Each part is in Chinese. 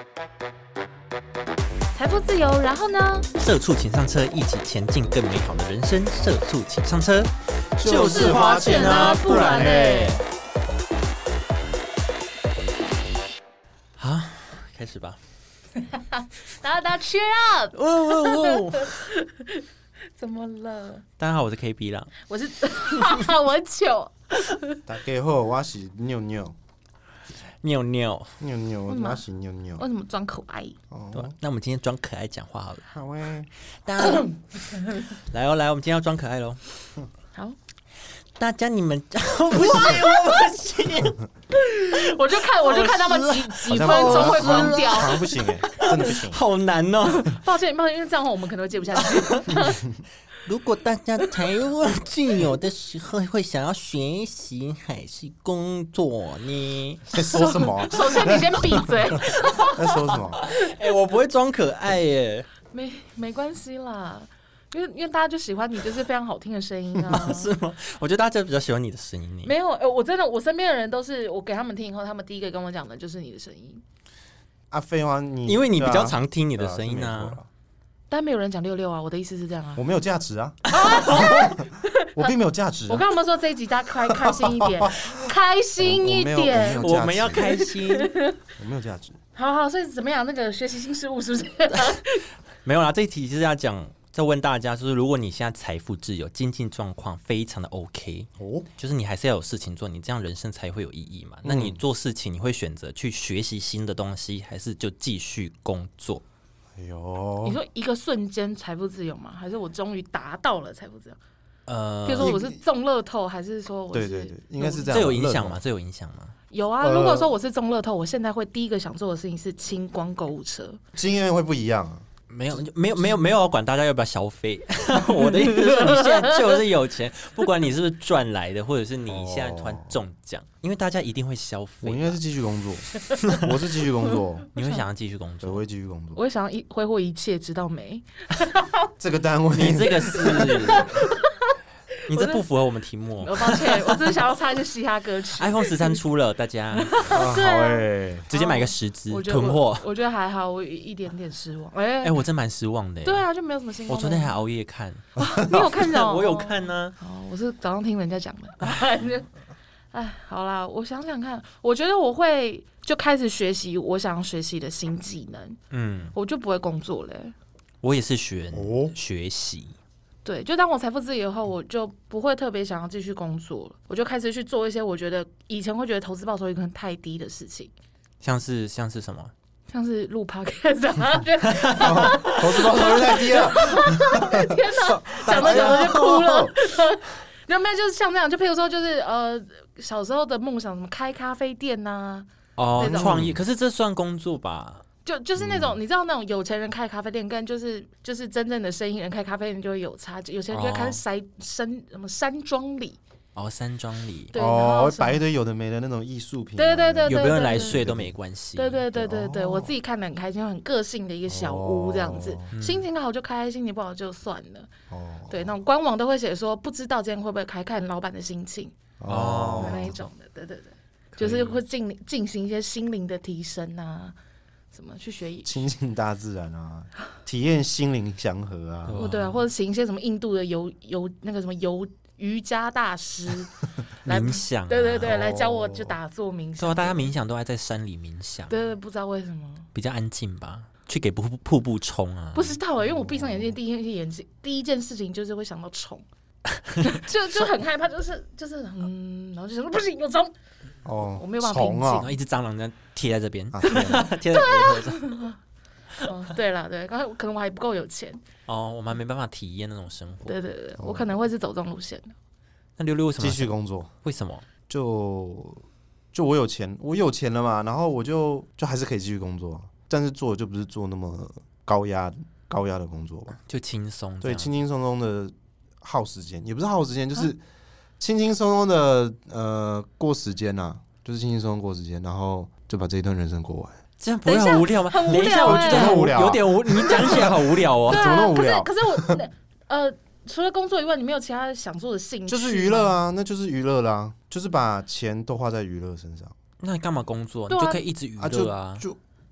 财富自由，然后呢？ 社畜请上车，一起前进更美好的人生。社畜请上车， 就是花钱啊，不然嘞。 好，开始吧。 大家 cheer up！ 怎么了？ 大家好，我是 KB 啦。 我是我很糗。 大家好，我是妞妞，我是妞妞。 为什么装可爱？ 对，那我们今天装可爱讲话好了。 好诶， 大家来哦，来，我们今天要装可爱喽。 好， 大家你们不行， 我就看他们几分钟会关掉， 好像不行真的不行， 好难哦。 抱歉，因为这样的话我们可能会接不下去。 如果大家财务自由的时候会想要学习还是工作呢？ 在说什么？ 首先你先闭嘴。 在说什么？ 我不会装可爱耶。 没关系啦，因为大家就喜欢你，就是非常好听的声音啊。 是吗？我觉得大家比较喜欢你的声音。 没有，我真的，我身边的人都是我给他们听以后，他们第一个跟我讲的就是你的声音。 废话因为你比较常听你的声音啊。 但没有人讲66啊，我的意思是这样啊。 我没有价值啊，我并没有价值。 我刚刚有没有说这一集大家开心一点，开心一点？ 我们要开心。 我没有价值。 好，所以怎么样？那个学习新事物是不是？ 没有啦，这一题就是要讲，在问大家，就是如果你现在财富自由，经济状况非常的 OK，就是你还是要有事情做，你这样人生才会有意义嘛。那你做事情，你会选择去学习新的东西，还是就继续工作？ 哎呦， 你说一个瞬间财富自由吗？还是我终于达到了财富自由？比如说我是中乐透，还是说我是？ 对，应该是这样。 这有影响吗？ 有啊，如果说我是中乐透，我现在会第一个想做的事情是清光购物车， 经验会不一样啊。 没有要管大家要不要消费。我的意思是说，你现在就是有钱，不管你是不是赚来的，或者是你现在突然中奖，因为大家一定会消费。 我应该是继续工作，我是继续工作。 你会想要继续工作？ 我会继续工作。 我会想要挥霍一切，直到没。 这个单位， 你这个是。你这不符合我们题目。 我抱歉，我只是想要唱一些嘻哈歌曲。 iPhone 13出了，大家好直接买个10支囤货。 我觉得还好，我一点点失望。 我真蛮失望的。 对啊，就没有什么新。 我昨天还熬夜看。 你有看哦？ 我有看呢。 我是早上听人家讲的。好啦，我想想看，我觉得我会就开始学习我想要学习的新技能。我就不会工作了。 我也是学习。 对，就当我财富自由后，我就不会特别想要继续工作了，我就开始去做一些我觉得以前会觉得投资报酬率可能太低的事情，像是什么？像是录 podcast 啊， 投资报酬率太低了， 天哪，讲着就哭了。有没有就是像这样？就譬如说，就是小时候的梦想，什么开咖啡店呐， 创业，可是这算工作吧？ 就是那种你知道那种有钱人开咖啡店跟就是真正的生意人开咖啡店就会有差，有钱人就会开始什么山庄里山庄里对会摆一堆有的没的那种艺术品， 对， 有没有人来睡都没关系， 对，我自己看得很开心，很个性的一个小屋这样子，心情好就开，心情不好就算了。对，那种官网都会写说不知道今天会不会开，看老板的心情那一种的，对，就是会进行一些心灵的提升啊。什么去学亲近大自然啊，体验心灵祥和啊， 对啊，或者请一些什么印度的那个什么瑜伽大师来冥想， 对，来教我就打坐冥想。 对啊，大家冥想都爱在山里冥想， 对，不知道为什么比较安静吧？去给瀑布冲啊？ 不知道因为我闭上眼睛第一件事情就是会想到虫，就很害怕，就是然后就想说不行有虫。我没有办法平静， 然后一只蟑螂这样贴在这边，贴在额头上。对了，对，刚才可能我还不够有钱。 我们还没办法体验那种生活。 对，我可能会是走这种路线的。 那66为什么继续工作？ 为什么？ 就我有钱了嘛，然后我就还是可以继续工作，但是做就不是做那么高压的工作吧， 就轻松。 对，轻轻松松的耗时间，也不是耗时间，就是轻轻松松的过时间啊，就是轻轻松松过时间，然后就把这一段人生过完。 这样不会很无聊吗？ 很无聊， 我觉得很无聊， 有点无，你讲起来好无聊哦。 对啊， 怎么那么无聊？ 可是我除了工作以外，你没有其他想做的兴趣？ 就是娱乐啊，那就是娱乐啦，就是把钱都花在娱乐身上。 那你干嘛工作？你就可以一直娱乐啊。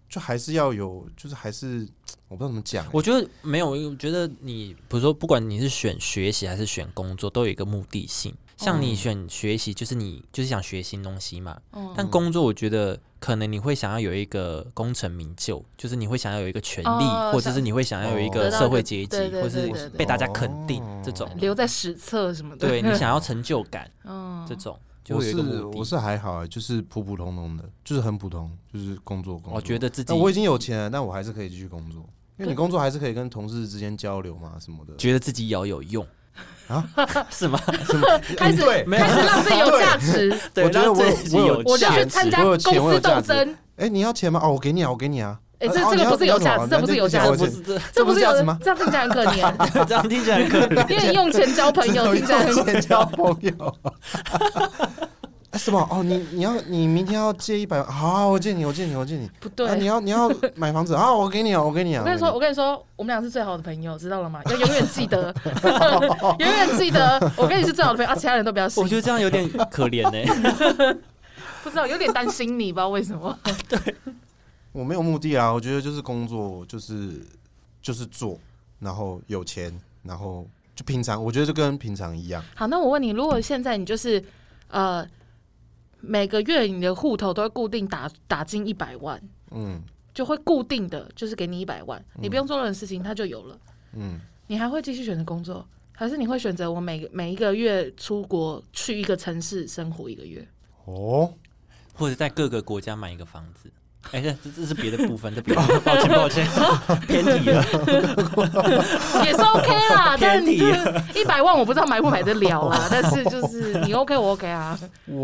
就还是要有，就是还是我不知道怎么讲、 我觉得没有，我觉得你比如说，不管你是选学习还是选工作，都有一个目的性。像你选学习，就是你就是想学新东西嘛。但工作，我觉得可能你会想要有一个功成名就，就是你会想要有一一个权利，或者是你会想要有一个社会阶级，或者是被大家肯定这种， 留在史册什么的。 对你想要成就感，这种就会有一个目的。 我是还好，就是普普通通的，就是很普通，就是工作。 我觉得自己， 但我已经有钱了，但我还是可以继续工作，因为你工作还是可以跟同事之间交流嘛，什么的。 觉得自己要有用。是吗？ 开始让自己有价值。 我觉得我就去参加公司斗争。 你要钱吗？我给你啊，我给你啊。 这个不是有价值，这不是有价值，这不是有价值吗？这样听起来很可怜， 这样听起来很可怜。 因为用钱交朋友，听起来很可怜。 交朋友。什么？你明天要借100万？好，我借你。 不对， 你要买房子啊？我给你啊。我跟你说，我们俩是最好的朋友，知道了吗？要永远记得，永远记得，我跟你是最好的朋友啊！其他人都不要信。 我觉得这样有点可怜不知道，有点担心你，不知道为什么。 对， 我没有目的啊，我觉得就是工作，就是做，然后有钱，然后就平常，我觉得就跟平常一样。 好，那我问你，如果现在你就是每个月你的户头都会固定打进100万，就会固定的就是给你100万，你不用做任何事情，它就有了。你还会继续选择工作，还是你会选择我每一个月出国去一个城市生活1个月？ 或者在各个国家买一个房子？这是别的部分，抱歉，偏题了， 也是 OK 啦。但是100万我不知道买不买得了啦，但是就是你 OK 我 OK 啊。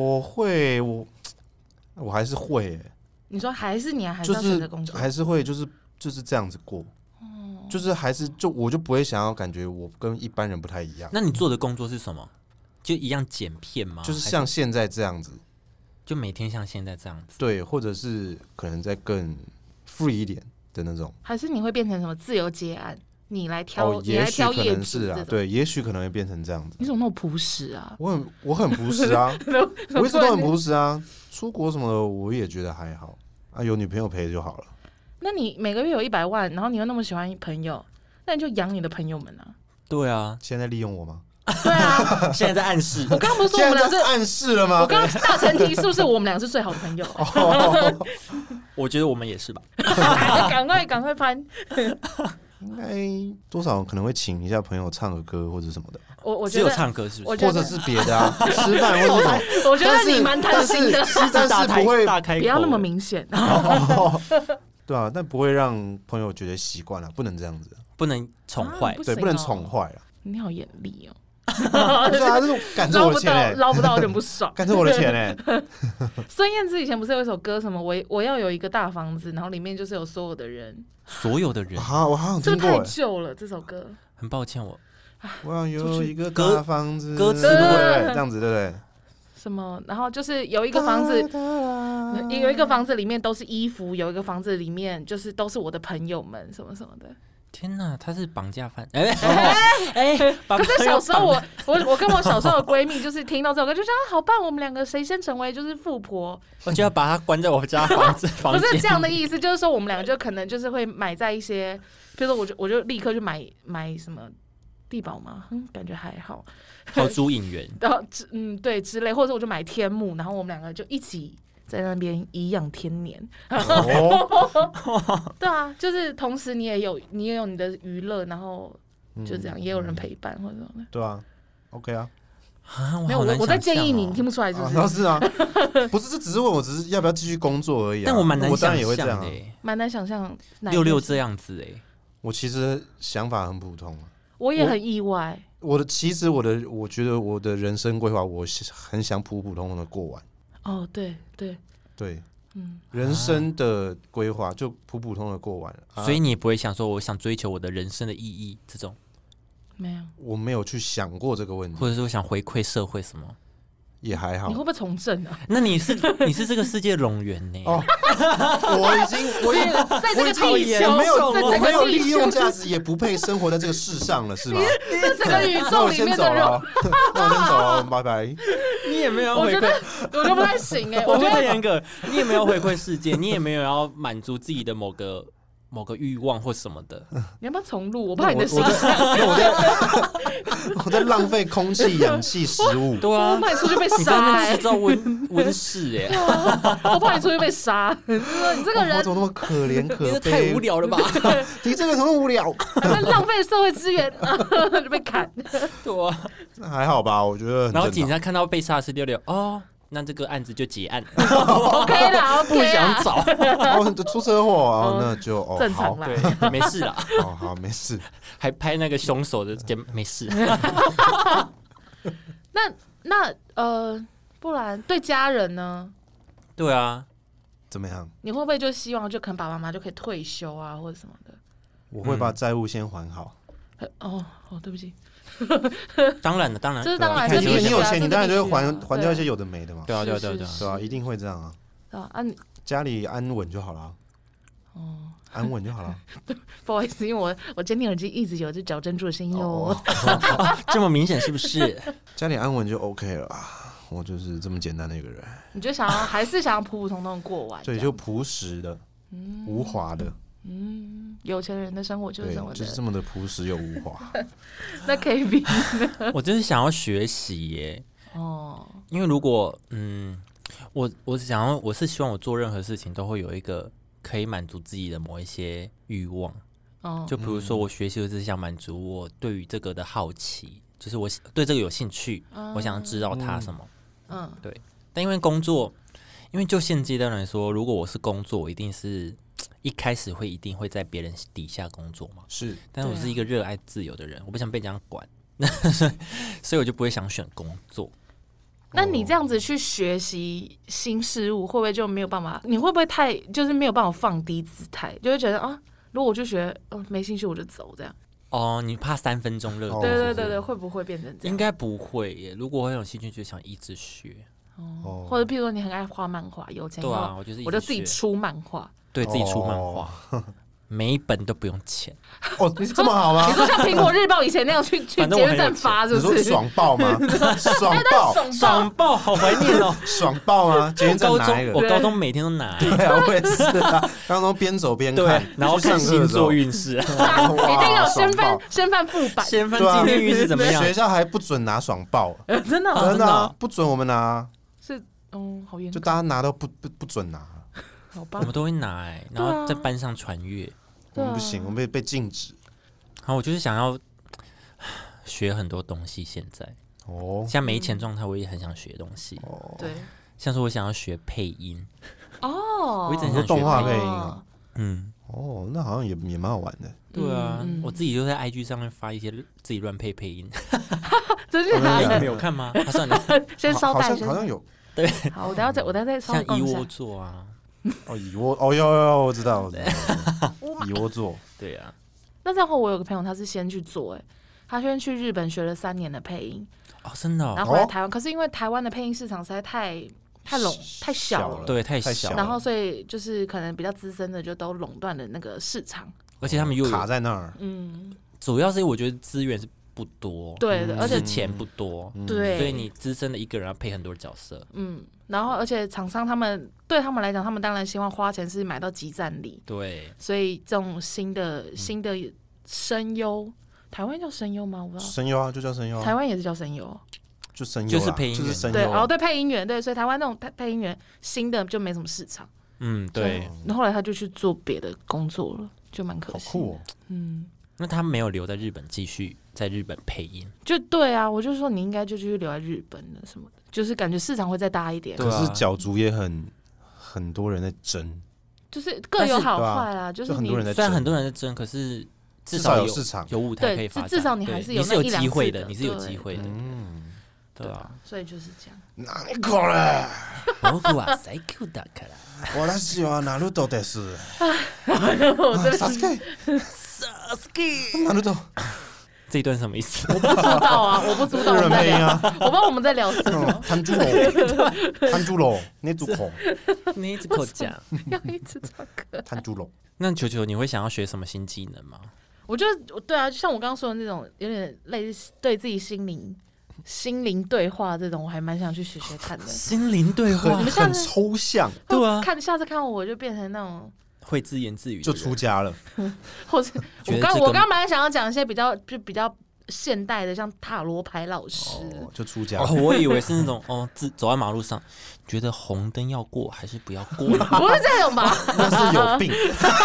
我还是会你说还是你还是要选择工作， 还是会就是这样子过，就是还是我就不会想要感觉我跟一般人不太一样。 那你做的工作是什么？就一样剪片吗？ 就是像现在这样子。 就每天像现在这样子， 对，或者是可能再更 free 一点的那种， 还是你会变成什么自由接案，你来挑，你来挑业主是啊，对，也许可能会变成这样子。 你怎么那么朴实啊？ 我很朴实啊，我一直都很朴实啊。出国什么的，我也觉得还好啊，有女朋友陪就好了。 那你每个月有100万，然后你又那么喜欢朋友，那你就养你的朋友们啊。 对啊， 现在利用我吗？ 对啊， 现在在暗示。 我刚刚不是说我们俩是暗示了吗？ 我刚刚大前提是不是我们俩是最好的朋友？ 我觉得我们也是吧。 赶快翻。 应该多少可能会请一下朋友唱个歌或者什么的。 我觉得只有唱歌是不是？ 或者是别的啊，吃饭或者什么。 我觉得你蛮贪心的， 但是不会不要那么明显。 对啊，但不会让朋友觉得习惯了，不能这样子， 不能宠坏， 对，不能宠坏了。 你好严厉哦。 不是啊，这是赶着我的钱捞不到有点不爽， 赶着我的钱孙燕姿以前不是有一首歌什么我要有一个大房子，然后里面就是有所有的人啊，我好像听过， 这太旧了这首歌。 很抱歉我要有一个大房子， 歌词对，这样子对不对？ 什么？然后就是有一个房子，有一个房子里面都是衣服，有一个房子里面就是都是我的朋友们，什么什么的。 天哪，他是绑架犯！ 可是小时候我跟我小时候的闺蜜就是听到这首歌就想好棒，我们两个谁先成为就是富婆， 我就要把他关在我家房间。 不是这样的意思，就是说我们两个就可能就是会买在一些，比如说我就立刻去买什么地堡吗？感觉还好。 豪猪引援， 然后对之类，或者我就买天幕，然后我们两个就一起在那边颐养天年。对啊，就是同时你也有你的娱乐，然后就这样也有人陪伴或者什么的。 对啊 ，OK 啊。 没有，我在建议你，你听不出来是不是？ 是啊，不是，这只是问我，只是要不要继续工作而已。 但我蛮难想象的， 蛮难想象 66这样子我其实想法很普通， 我也很意外。 其实我觉得我的人生规划，我很想普普通通的过完。 哦，对， 人生的规划就普普通的过完了， 所以你也不会想说，我想追求我的人生的意义这种。 没有， 我没有去想过这个问题， 或者是我想回馈社会什么， 也还好。 你会不会从政啊？ 那你是这个世界龙源呢？ 哦，我也在这个地球， 我没有利用价值，也不配生活在这个世上了，是吗？ 这整个宇宙里面的人， 那我先走了，拜拜。 你也没有要回馈， 我觉得不太行我觉得太严格，你也没有回馈世界，你也没有要满足自己的某个欲望或什么的。 你要不要重录？我怕你的形象。 我在浪费空气、氧气、食物。 对啊， 我怕你出去被杀。 你在那边制造温室哎！ 我怕你出去被杀。你这个人怎么那么可怜可悲？ 太无聊了吧？ 你这个怎么无聊？ 浪费社会资源就被砍。 对啊， 那还好吧？我觉得。 然后警察看到被杀的是66哦。那这个案子就结案 ，OK 啦， 不想找， 出车祸啊，那就正常啦， 对，没事啦， 好，没事， 还拍那个凶手的肩，没事。 那不然对家人呢？ 对啊， 怎么样？ 你会不会就希望就可能爸爸妈妈就可以退休啊，或者什么的？ 我会把债务先还好。 对不起。 当然了， 这是当然， 你有钱，你当然就会还掉一些有的没的嘛。 对啊， 一定会这样啊。家里安稳就好了。安稳就好了。 不好意思，因为我监听耳机一直有这矫正住的声音哦。 这么明显是不是？ 家里安稳就 OK 了。我就是这么简单的一个人。 你就还是想要普普通通过完？ 对，就朴实的，无华的。 有钱人的生活就是这么的朴实又无华。 那 KB 呢？ 我就是想要学习耶。因为如果我是希望我做任何事情都会有一个可以满足自己的某一些欲望。就比如说我学习就是想满足我对于这个的好奇，就是我对这个有兴趣，我想要知道它什么。对。但因为工作，因为就现阶段来说，如果我是工作，我一定是一开始一定会在别人底下工作嘛。 是。 但是我是一个热爱自由的人，我不想被这样管，所以我就不会想选工作。 那你这样子去学习新事物，会不会就没有办法？你会不会就是没有办法放低姿态，就会觉得如果我就学没兴趣我就走这样？ 你怕3分钟热度？ 对，会不会变成这样？ 应该不会耶。如果我很有兴趣，就想一直学。 或者譬如说你很爱画漫画，有钱对我就自己出漫画， 对自己出漫画。每一本都不用钱你这么好吗？ 你说像苹果日报以前那样去捷运站发，是不是？ 你说爽报吗？ 爽报，好怀念哦！ 爽报吗？捷运站拿一个， 我高中每天都拿。 对啊，我也是啊，高中边走边看， 然后看星座运势， 一定有先翻副版， 先翻今天运势怎么样？ 学校还不准拿爽报， 真的真的不准我们拿， 是好严， 就大家拿都不准拿。 我们都会拿然后在班上传阅。 我们不行，我们被禁止。 然后我就是想要学很多东西。现在像没钱状态，我也很想学东西。 对， 像是我想要学配音。我一直很想学动画配音。那好像也蛮好玩的。 对啊，我自己就在 IG 上面发一些自己乱配音。 真的？ 你没有看吗？算了， 先稍待， 好像有。 对， 好，我等下再稍微像一窝座啊。 蚁窝我知道蚁窝座。 对啊。 那这样后我有个朋友，他是先去做，他先去日本学了3年的配音。 真的。 然后回来台湾，可是因为台湾的配音市场实在太小了， 对，太小了。 然后所以就是可能比较资深的就都垄断了那个市场， 而且他们又卡在那儿。 主要是我觉得资源是不多， 对的，而且钱不多， 对， 所以你资深的一个人要配很多角色。 然后而且厂商对他们来讲，他们当然希望花钱是买到即战力， 对， 所以这种新的声优，台湾叫声优吗？我不知道。 声优啊，就叫声优。 台湾也是叫声优， 就声优， 就是配音员， 就是声优。 对，对配音员，对，所以台湾那种配音员新的就没什么市场。 对。 后来他就去做别的工作了，就蛮可惜。 好酷那他没有留在日本继续在日本配音， 就对啊，我就说你应该就继续留在日本了什么的，就是感觉市场会再大一点。 可是角逐也很多人在争， 就是各有好坏啊。就是很多人在争， 虽然很多人在争，可是至少有市场， 有舞台可以发展， 至少你还是有机会的，你是有机会的。对啊， 所以就是这样。 哪里可能？ 僕は最強だから。 私はナルトです。サスケ。ナルト。 这一段什么意思？ 我不知道啊，我不知道我们在聊，我不知道我们在聊什么。 弹珠楼，弹珠楼，那组口， 那一只口讲， 要一直唱歌。 弹珠楼。 那球球，你会想要学什么新技能吗？ 我觉得对啊，就像我刚刚说的那种，有点类似对自己心灵对话这种，我还蛮想去学学看的。 心灵对话， 很抽象。 对啊， 下次看我就变成那种会自言自语， 就出家了。 或者我刚本来想要讲一些比较现代的，像塔罗牌老师， 就出家。 我以为是那种走在马路上，觉得红灯要过还是不要过？ 不是这种吧？ 那是有病。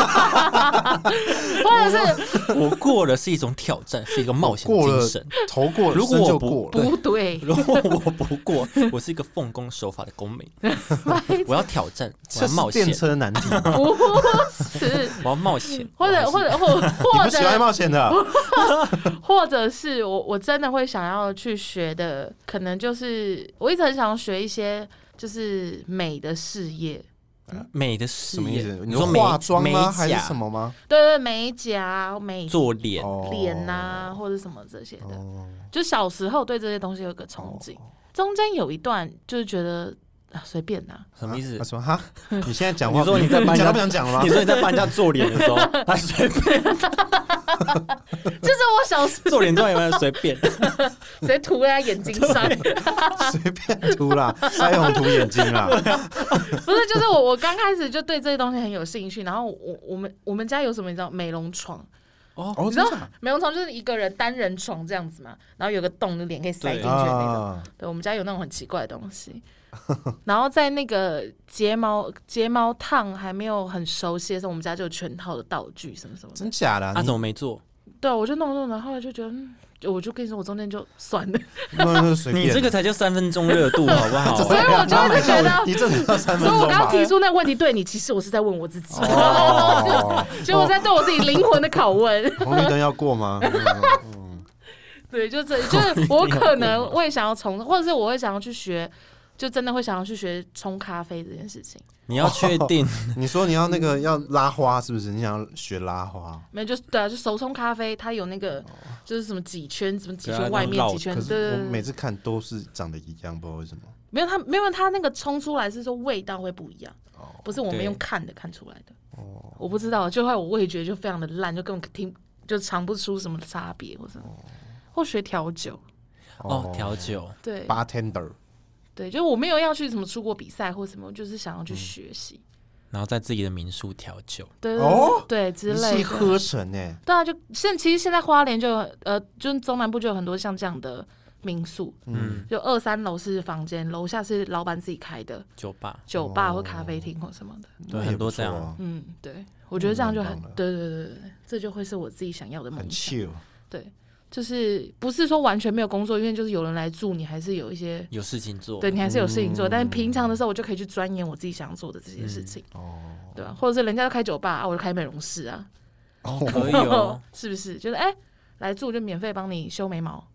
或者是我过了是一种挑战，是一个冒险精神。 头过了， 如果我不对， 如果我不过，我是一个奉公守法的公民。我要挑战，我要冒险。 电车难题， 不是， 我要冒险， 或者你不喜欢冒险的， 或者是我真的会想要去学的，可能就是我一直很想要学一些就是美的事业。 美的事业什么意思？ 你说化妆吗？ 美还是什么吗？ 对，美甲、 做脸啊，或者什么这些的。就小时候对这些东西有个憧憬，中间有一段就是觉得随便呐。 什么意思？ 什么哈？你现在讲话， 你说你在帮人家不想讲了吗？ 你说你在帮人家做脸的时候，还随便。 就是我小时候做脸之后有没有随便？ 直接涂在他眼睛上， 随便涂啦，腮红涂眼睛啦。 不是，就是我刚开始就对这些东西很有兴趣，然后我们家有什么你知道美容床。你知道美容床就是一个人单人床这样子嘛，然后有个洞，脸可以塞进去的那种。对，我们家有那种很奇怪的东西。然后在那个睫毛烫还没有很熟悉的时候，我们家就有全套的道具什么什么的。 真假的？ 他怎么没做？ 对，我就弄，然后后来就觉得，我就跟你说，我中间就算了。 你这个才叫3分钟热度，好不好？ 所以我就会觉得， 你这要3分钟。 所以我刚刚提出那个问题，对你，其实我是在问我自己，就我在对我自己灵魂的拷问。 红绿灯要过吗？ 对，就是我可能会想要或者是我会想要去学。就真的会想要去学冲咖啡这件事情。 你要确定？ 你说你要那个要拉花是不是？你想要学拉花？ 没有，就对啊，就手冲咖啡，它有那个就是什么几圈，什么几圈外面几圈。 可是我每次看都是长得一样，不知道为什么。 没有它那个冲出来是说味道会不一样，不是我们用看出来的。我不知道，就后来我味觉就非常的烂，就根本就尝不出什么差别或什么。或学调酒。 调酒。 对。 bartender。 对，就是我没有要去什么出国比赛或什么，我就是想要去学习， 然后在自己的民宿调酒， 对之类的， 一气呵成哎。 对啊，其实现在花莲就是中南部就有很多像这样的民宿，就2、3楼是房间，楼下是老板自己开的酒吧或咖啡厅或什么的， 对，很多这样。 对，我觉得这样就很，对，这就会是我自己想要的梦想。 很 chill。 对。就是不是说完全没有工作，因为就是有人来住，你还是有一些有事情做， 对你还是有事情做。但是平常的时候，我就可以去钻研我自己想做的这些事情，对吧？或者是人家要开酒吧我就开美容室啊， 可以哦， 是不是？就是来住就免费帮你修眉毛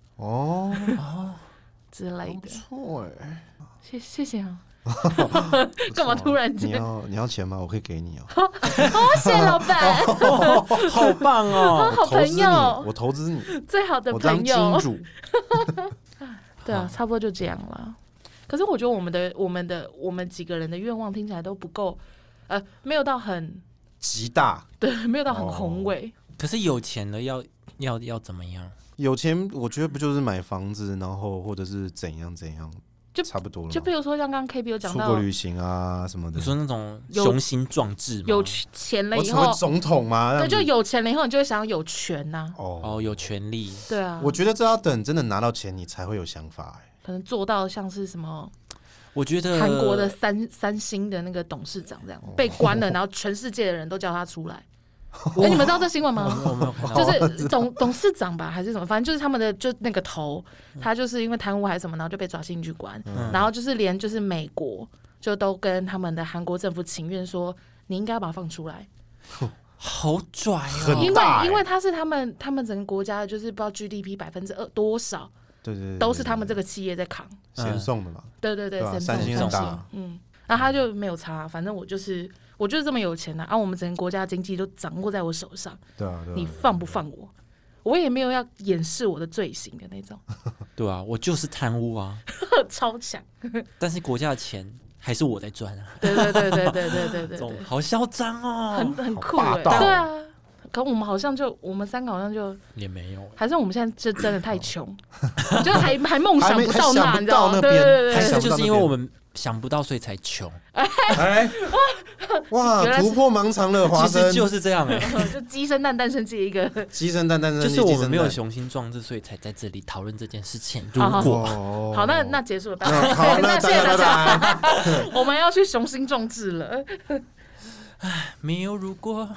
之类的， 不错哎， 谢谢啊。干嘛突然间？ 你要钱吗？我可以给你谢谢老板， 好棒哦， 好朋友， 我投资你， 最好的朋友， 我当金主。 对啊，差不多就这样了。可是我觉得我们几个人的愿望听起来都不够，没有到很极大， 对，没有到很宏伟。 可是有钱了要怎么样？ 有钱，我觉得不就是买房子，然后或者是怎样，就差不多了。 就比如说像刚刚 KB 有讲到出国旅行啊什么的， 你说那种雄心壮志吗？ 有钱了以后， 我成为总统吗？ 对，就有钱了以后，你就会想要有权呐。 有权利。 对啊， 我觉得这要等真的拿到钱，你才会有想法。 可能做到像是什么， 我觉得韩国的三星的那个董事长这样被关了，然后全世界的人都叫他出来。你们知道这新闻吗？就是董事长吧，还是什么？反正就是他们的就那个头，他就是因为贪污还是什么，然后就被抓进去关。然后就是连就是美国就都跟他们的韩国政府请愿说，你应该要把他放出来。 好拽哦！ 因为他是他们整个国家就是不知道 GDP2%多少， 对， 都是他们这个企业在扛， 先送的嘛。 对， 三星很大。 然后他就没有差，反正我就是这么有钱啊！我们整个国家经济都掌握在我手上。 对啊， 你放不放我？ 我也没有要掩饰我的罪行的那种。 对啊，我就是贪污啊， 超强。 但是国家的钱还是我在赚啊。 对， 好嚣张哦， 很酷哎。对啊，可我们好像我们3个好像就也没有， 还是我们现在真的太穷，就还梦想不到那， 你知道吗？ 对， 还是就是因为我们想不到，所以才穷。 哇，突破盲肠了，华生其实就是这样就鸡生蛋，蛋生鸡一个。 鸡生蛋，蛋生鸡， 就是我们没有雄心壮志，所以才在这里讨论这件事情。如果好，那结束了， 好，那谢谢大家。我们要去雄心壮志了。 没有如果。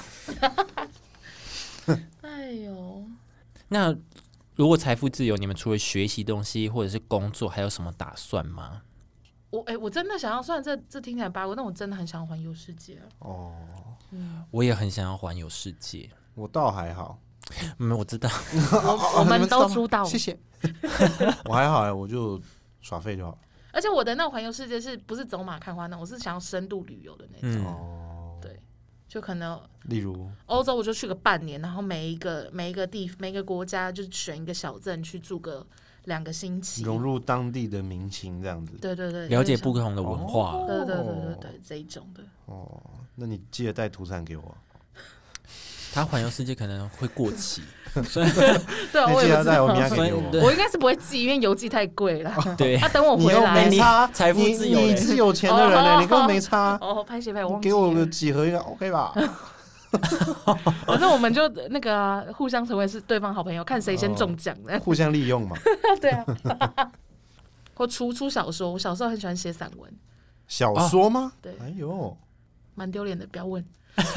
哎呦， 那如果财富自由，你们除了学习东西或者是工作，还有什么打算吗？ 我真的想要，虽然这听起来八卦，但我真的很想环游世界。 我也很想要环游世界。 我倒还好， 我知道， 我们都知道， 谢谢。我还好我就耍废就好。 而且我的那种环游世界是不是走马看花那种？我是想要深度旅游的那种。对，就可能例如欧洲，我就去个半年，然后每一个国家就选一个小镇去住个2个星期， 融入当地的民情这样子。 对， 了解不同的文化。 对，这一种的。 那你记得带土产给我。 他环游世界可能会过期， 所以对啊，我也不知道。我应该是不会寄，因为邮寄太贵了。 对， 等我回来。 你没差， 财富自由， 你是有钱的人呢，你根本没差。 拍写拍，我给我个几盒应该 OK 吧？ 反正我们就那个互相成为是对方好朋友，看谁先中奖的， 互相利用嘛。 对啊。或出小说，我小时候很喜欢写散文。 小说吗？ 对。 哎呦， 蛮丢脸的，不要问。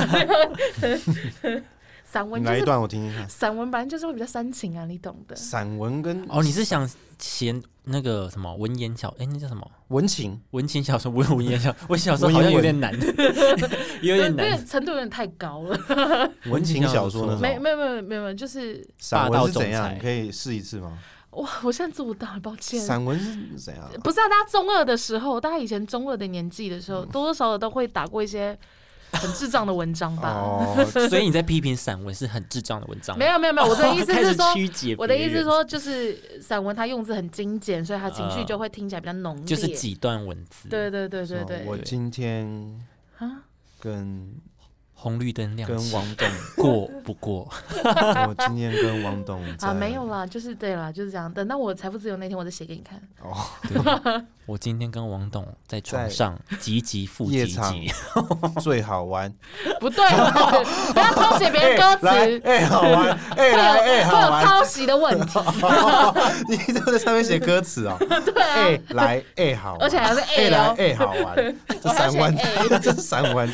散文哪一段我听听看。 散文本来就是会比较煽情啊，你懂的。 散文跟你是想写那个什么文言小？那叫什么？ 文情小说，文言小。我小时候好像有点难，有点难， 程度有点太高了。 文情小说呢？ 没有，就是散文是怎样？你可以试一次吗？ 我现在做不到，抱歉。 散文是怎样？ 不是啊，大家中二的时候，大家以前中二的年纪的时候，多多少少都会打过一些很智障的文章吧。 所以你在批评散文是很智障的文章？ 没有，我的意思是说， 我的意思是说，就是散文它用字很精简，所以它情绪就会听起来比较浓烈， 就是几段文字。 对。 我今天跟红绿灯亮起， 跟王董过不过？ 我今天跟王董没有啦，就是对啦，就是这样。等到我财富自由那天，我再写给你看。 对，我今天跟王董在床上积极复积极， 最好玩。 不对，不要偷写别人歌词。 好玩，会有抄袭的问题。 你都在上面写歌词哦。 对啊， 来好玩， 而且还是来好玩，这散文，这是散文。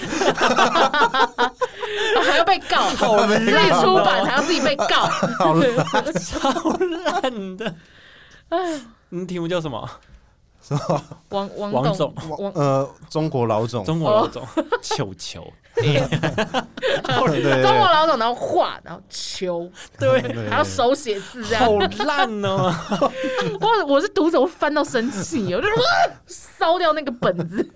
还要被告，自己出版还要自己被告， 好烂， 超烂的。题目叫什么？ 王总， 中国老总， 球， 中国老总，然后画，然后球，对，还要手写字，这样好烂哦！ 我是读者，我翻到生气，我就烧掉那个本子。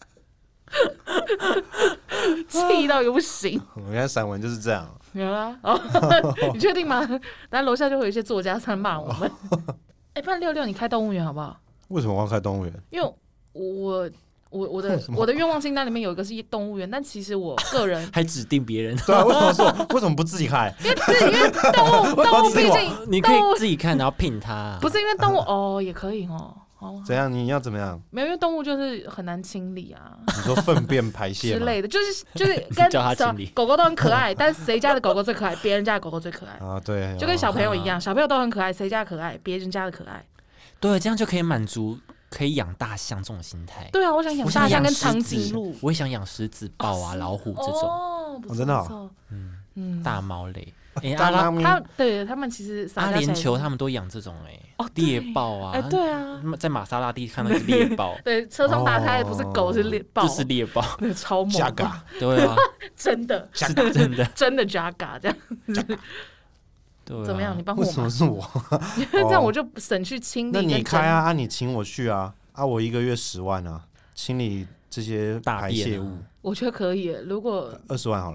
气到又不行。 我看散文就是这样。 有啊，你确定吗？等下楼下就会有一些作家在骂我们。不然66你开动物园好不好？ 为什么我要开动物园？ 因为我的愿望清单里面有一个是动物园，但其实我个人还指定别人。 对啊，为什么不自己开？ 因为动物毕竟你可以自己看，然后聘他。 不是因为动物也可以哦。 怎样？你要怎么样？ 没有，因为动物就是很难清理啊。 你说粪便排泄之类的，就是跟叫他清理。 狗狗都很可爱，但谁家的狗狗最可爱？别人家的狗狗最可爱啊！对， 就跟小朋友一样，小朋友都很可爱，谁家的可爱？别人家的可爱。 对，这样就可以满足可以养大象这种心态。 对啊，我想养大象跟长颈鹿， 我也想养狮子、豹啊、老虎这种。 真的， 大猫类。 对他们其实阿联酋他们都养这种猎豹啊， 对啊， 在玛莎拉蒂看到是猎豹， 对，车窗打开不是狗是猎豹， 就是猎豹， 那个超猛， 对啊， 真的Jaga 这样子， 对， 怎么样？你帮我吗？ 为什么是我？ 这样我就省去清理。 那你开啊，你请我去啊，我1个月10万啊，清理这些排泄物， 我觉得可以。如果 20万好了。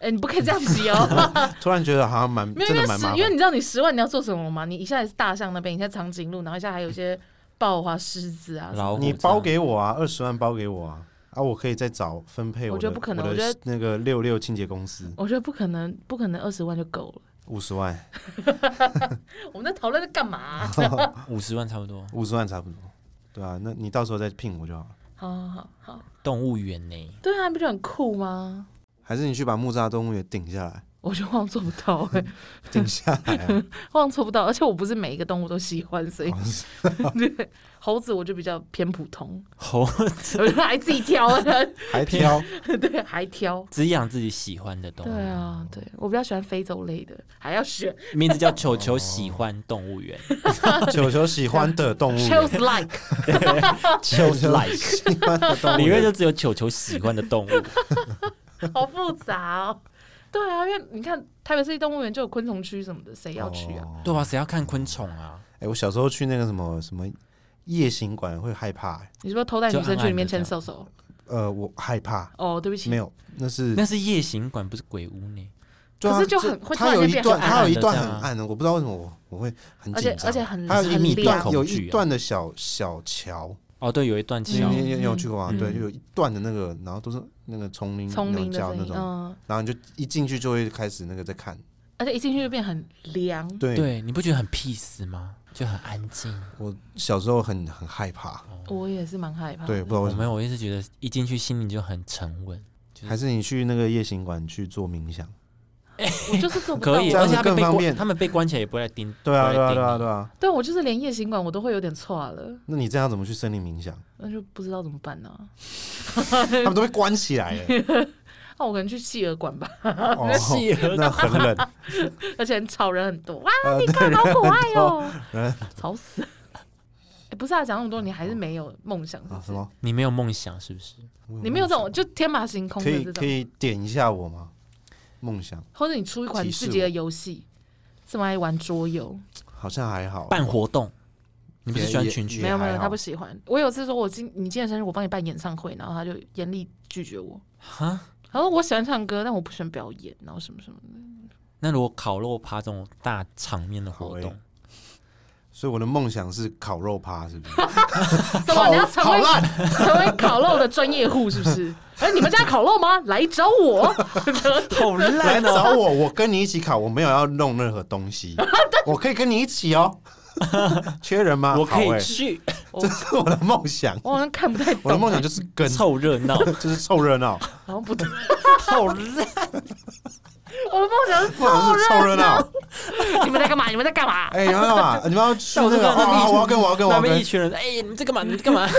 你不可以这样比哦。 突然觉得好像真的蛮麻烦， 因为你知道你10万你要做什么吗？你一下是大象那边，一下长颈鹿，然后一下还有一些豹啊、狮子啊。 你包给我啊，20万包给我啊，我可以再找分配。 我觉得不可能，我觉得那个66清洁公司， 我觉得不可能20万就够了。 50万， 我们在讨论在干嘛 ？50万差不多 ，50万差不多，对啊，那你到时候再聘我就好了。好。 动物园呢？ 对啊，不就很酷吗？ 还是你去把木栅动物园顶下来？ 我觉得好像做不到顶下来啊， 好像做不到，而且我不是每一个动物都喜欢，所以对猴子我就比较偏普通。 猴子我还自己挑， 还挑， 对，还挑， 只养自己喜欢的动物。 对啊，对我比较喜欢非洲类的，还要选名字叫球球喜欢动物园， 球球喜欢的动物园 ，Chose like，Chose like 喜欢的动物园， 里面就只有球球喜欢的动物， 好复杂哦。对啊，因为你看台北市立动物园就有昆虫区什么的，谁要去啊？ 对啊，谁要看昆虫啊？ 我小时候去那个什么夜行馆会害怕。 你是不是偷带女生去里面牵手手？ 我害怕。 哦，对不起， 没有，那是夜行馆，不是鬼屋呢。 可是就很会突然间变很暗， 它有一段很暗的，我不知道为什么我会很紧张， 而且很还有一段的小桥。 哦，对，有一段桥， 你有去过吗？对，就有一段的那个，然后都是那个丛林的那种，然后你就一进去就会开始那个在看， 而且一进去就变很凉。 对，你不觉得很 peace 吗？就很安静。 我小时候很害怕， 我也是蛮害怕。 对，不知道为什么。 没有，我一直觉得一进去心里就很沉稳。 还是你去那个夜行馆去做冥想？ 我就是做不到， 可以， 而且更方便。 他们被关起来也不会来盯。 对啊。 对，我就是连夜行馆我都会有点错了。 那你这样怎么去森林冥想？ 那就不知道怎么办呢。 他们都会关起来。 那我可能去企鹅馆吧。 企鹅那很冷， 而且吵人很多。哇，你看好可爱哦，吵死！不是啊，讲那么多，你还是没有梦想是不是？ 什么？ 你没有梦想是不是？ 你没有这种就天马行空的这种？ 可以点一下我吗？梦想， 或者你出一款自己的游戏，这么爱玩桌游， 好像还好。 办活动，你不是喜欢群聚？ 没有，他不喜欢。我有次说你今天生日，我帮你办演唱会，然后他就严厉拒绝我。哈？他说我喜欢唱歌，但我不喜欢表演，然后什么什么的。 那如果烤肉趴这种大场面的活动？ 所以我的梦想是烤肉趴，是不是？ 什么？你要成为烤肉的专业户，是不是？你们家烤肉吗？来找我， 好烂哦！ 来找我，我跟你一起烤，我没有要弄任何东西，我可以跟你一起哦。缺人吗？ 我可以去， 这是我的梦想。 我好像看不太懂。 我的梦想就是跟凑热闹， 就是凑热闹。 好像不对， 好烂。 我的梦想是凑热闹。你们在干嘛？你们在干嘛？ 你们要干嘛？你们要去那个？我要跟那边一群人，你在干嘛？你在干嘛？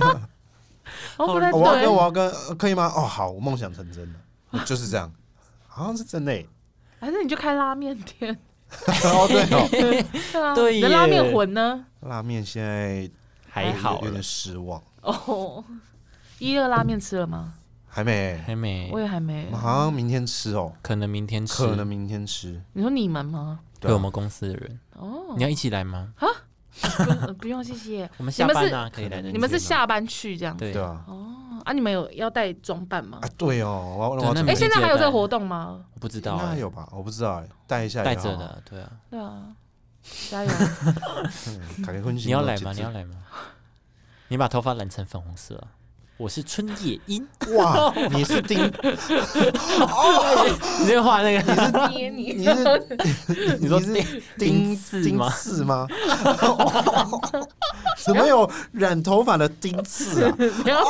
我要跟，可以吗？好，我梦想成真了，就是这样，好像是真的。 还是你就开拉面店？ 对啊，对，你的拉面魂呢？ 拉面现在还好， 有点失望。 1-2拉面吃了吗？ 还没， 我也还没。 好像明天吃哦， 可能明天吃。 你说你们吗？ 对，我们公司的人。你要一起来吗？ 啊？不用，谢谢。 我们下班啊，可以来的。 你们是下班去这样？ 对啊。 你们有要带装扮吗？ 对哦， 现在还有这个活动吗？ 我不知道， 应该有吧？我不知道，带一下， 带着的，对啊，加油！ 你要来吗？你把头发染成粉红色。我是春野樱。 哇，你是丁？ 你这个画那个， 你说丁次吗？怎么有染头发的丁次啊？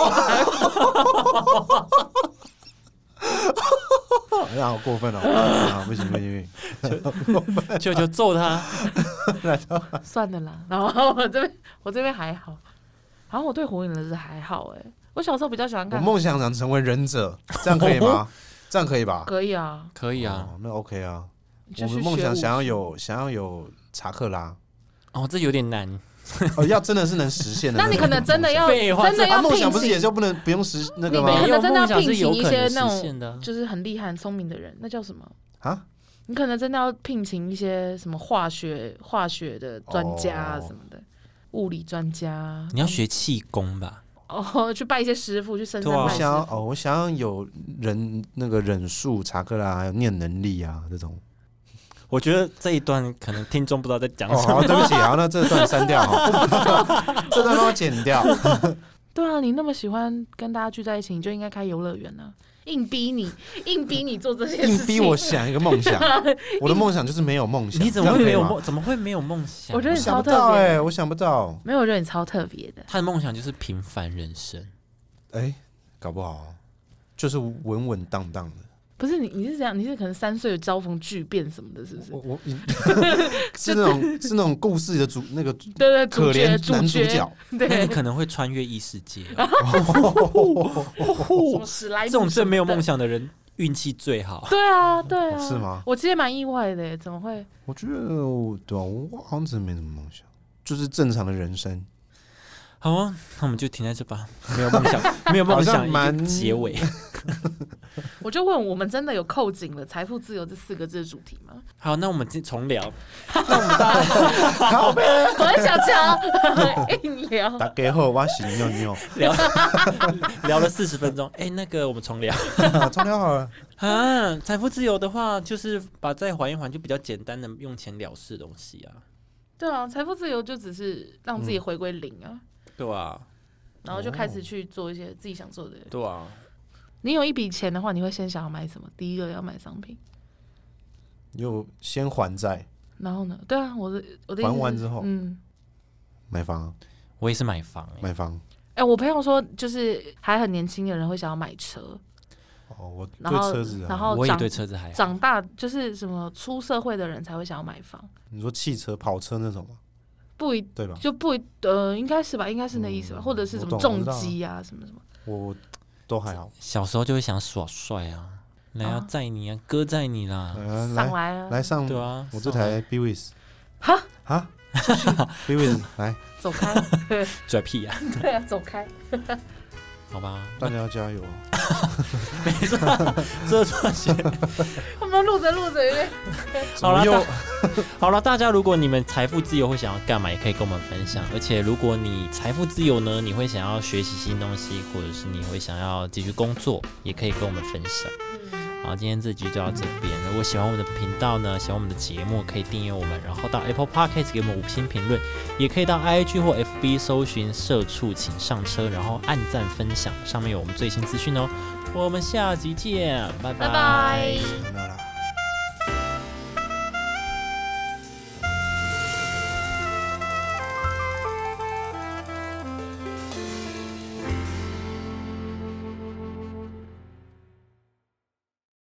好过分哦！不行， 就揍他。 算了啦，然后我这边还好，好像我对火影忍者还好我小时候比较喜欢看。 我梦想想成为忍者，这样可以吗？这样可以吧？ 可以啊， 可以啊， 那 OK 啊。我们梦想想要有查克拉。 这有点难。 要真的是能实现的。 那你可能真的要梦想不是也就不用实那个吗？ 你可能真的要聘请一些那种就是很厉害、很聪明的人，那叫什么啊？ 你可能真的要聘请一些什么化学的专家什么的，物理专家。 你要学气功吧？ 去拜一些师傅，去深山对啊拜师傅。 我想要有那个忍术、查克拉，还有念能力啊这种。 我觉得这一段可能听众不知道在讲什么。 好，对不起，好，那这段删掉哈，这段帮我剪掉。 对啊，你那么喜欢跟大家聚在一起，你就应该开游乐园啊！硬逼你做这些事情， 硬逼我想一个梦想。我的梦想就是没有梦想。 你怎么会没有梦？怎么会没有梦想？ 我觉得你想超特别不到哎，我想不到。 没有，我觉得你超特别的。 他的梦想就是平凡人生。 搞不好就是稳稳当当的。 不是你是这样，你是可能3岁的遭逢巨变什么的，是不是？ 我是那种故事的那个对可怜男主角， 那对你，可能会穿越异世界。 史莱姆这种最没有梦想的人运气最好。 对啊，对啊， 是吗？ 我其实也蛮意外的，怎么会？ 我觉得对啊，我好像真的没什么梦想，就是正常的人生。 好啊，那我们就停在这吧。没有梦想，没有梦想，一个结尾。 我就问，我们真的有扣紧了财富自由这4个字的主题吗？ 好，那我们重聊。 我很想讲，硬聊。 大家好，我是妞妞， 聊了40分钟。那个我们重聊。 重聊好了啊。财富自由的话，就是把债还一还，就比较简单的用钱了事的东西啊。 对啊，财富自由就只是让自己回归零啊。 对啊。 然后就开始去做一些自己想做的。 对啊。 你有一笔钱的话，你会先想要买什么？第一个要买商品， 有先还债， 然后呢？对啊，我的还完之后，买房。 我也是买房。 买房。 我朋友说，就是还很年轻的人会想要买车。 我对车子， 然后我也对车子还好。 长大就是什么出社会的人才会想要买房。 你说汽车、跑车那种吗？ 不一对吧？ 就不应该是吧？应该是那意思吧？或者是什么重机啊，什么什么。 我都还好。 小时候就会想耍帅啊，来要载你啊，哥载你啦， 上来啊， 来上， 对啊， 我这台 B Wiz， 哈 ，B Wiz 来， 走开， 拽屁啊， 对啊，走开， 好吧， 大家要加油， 没错，这段时间， 我们录着， 好了，大家如果你们财富自由会想要干嘛，也可以跟我们分享。而且如果你财富自由呢，你会想要学习新东西，或者是你会想要继续工作，也可以跟我们分享。好，今天这集就到这边。如果喜欢我们的频道呢，喜欢我们的节目，可以订阅我们，然后到 Apple Podcast 给我们5星评论，也可以到 IG 或 FB 搜寻社畜请上车，然后按赞分享，上面有我们最新资讯哦。我们下集见，拜拜。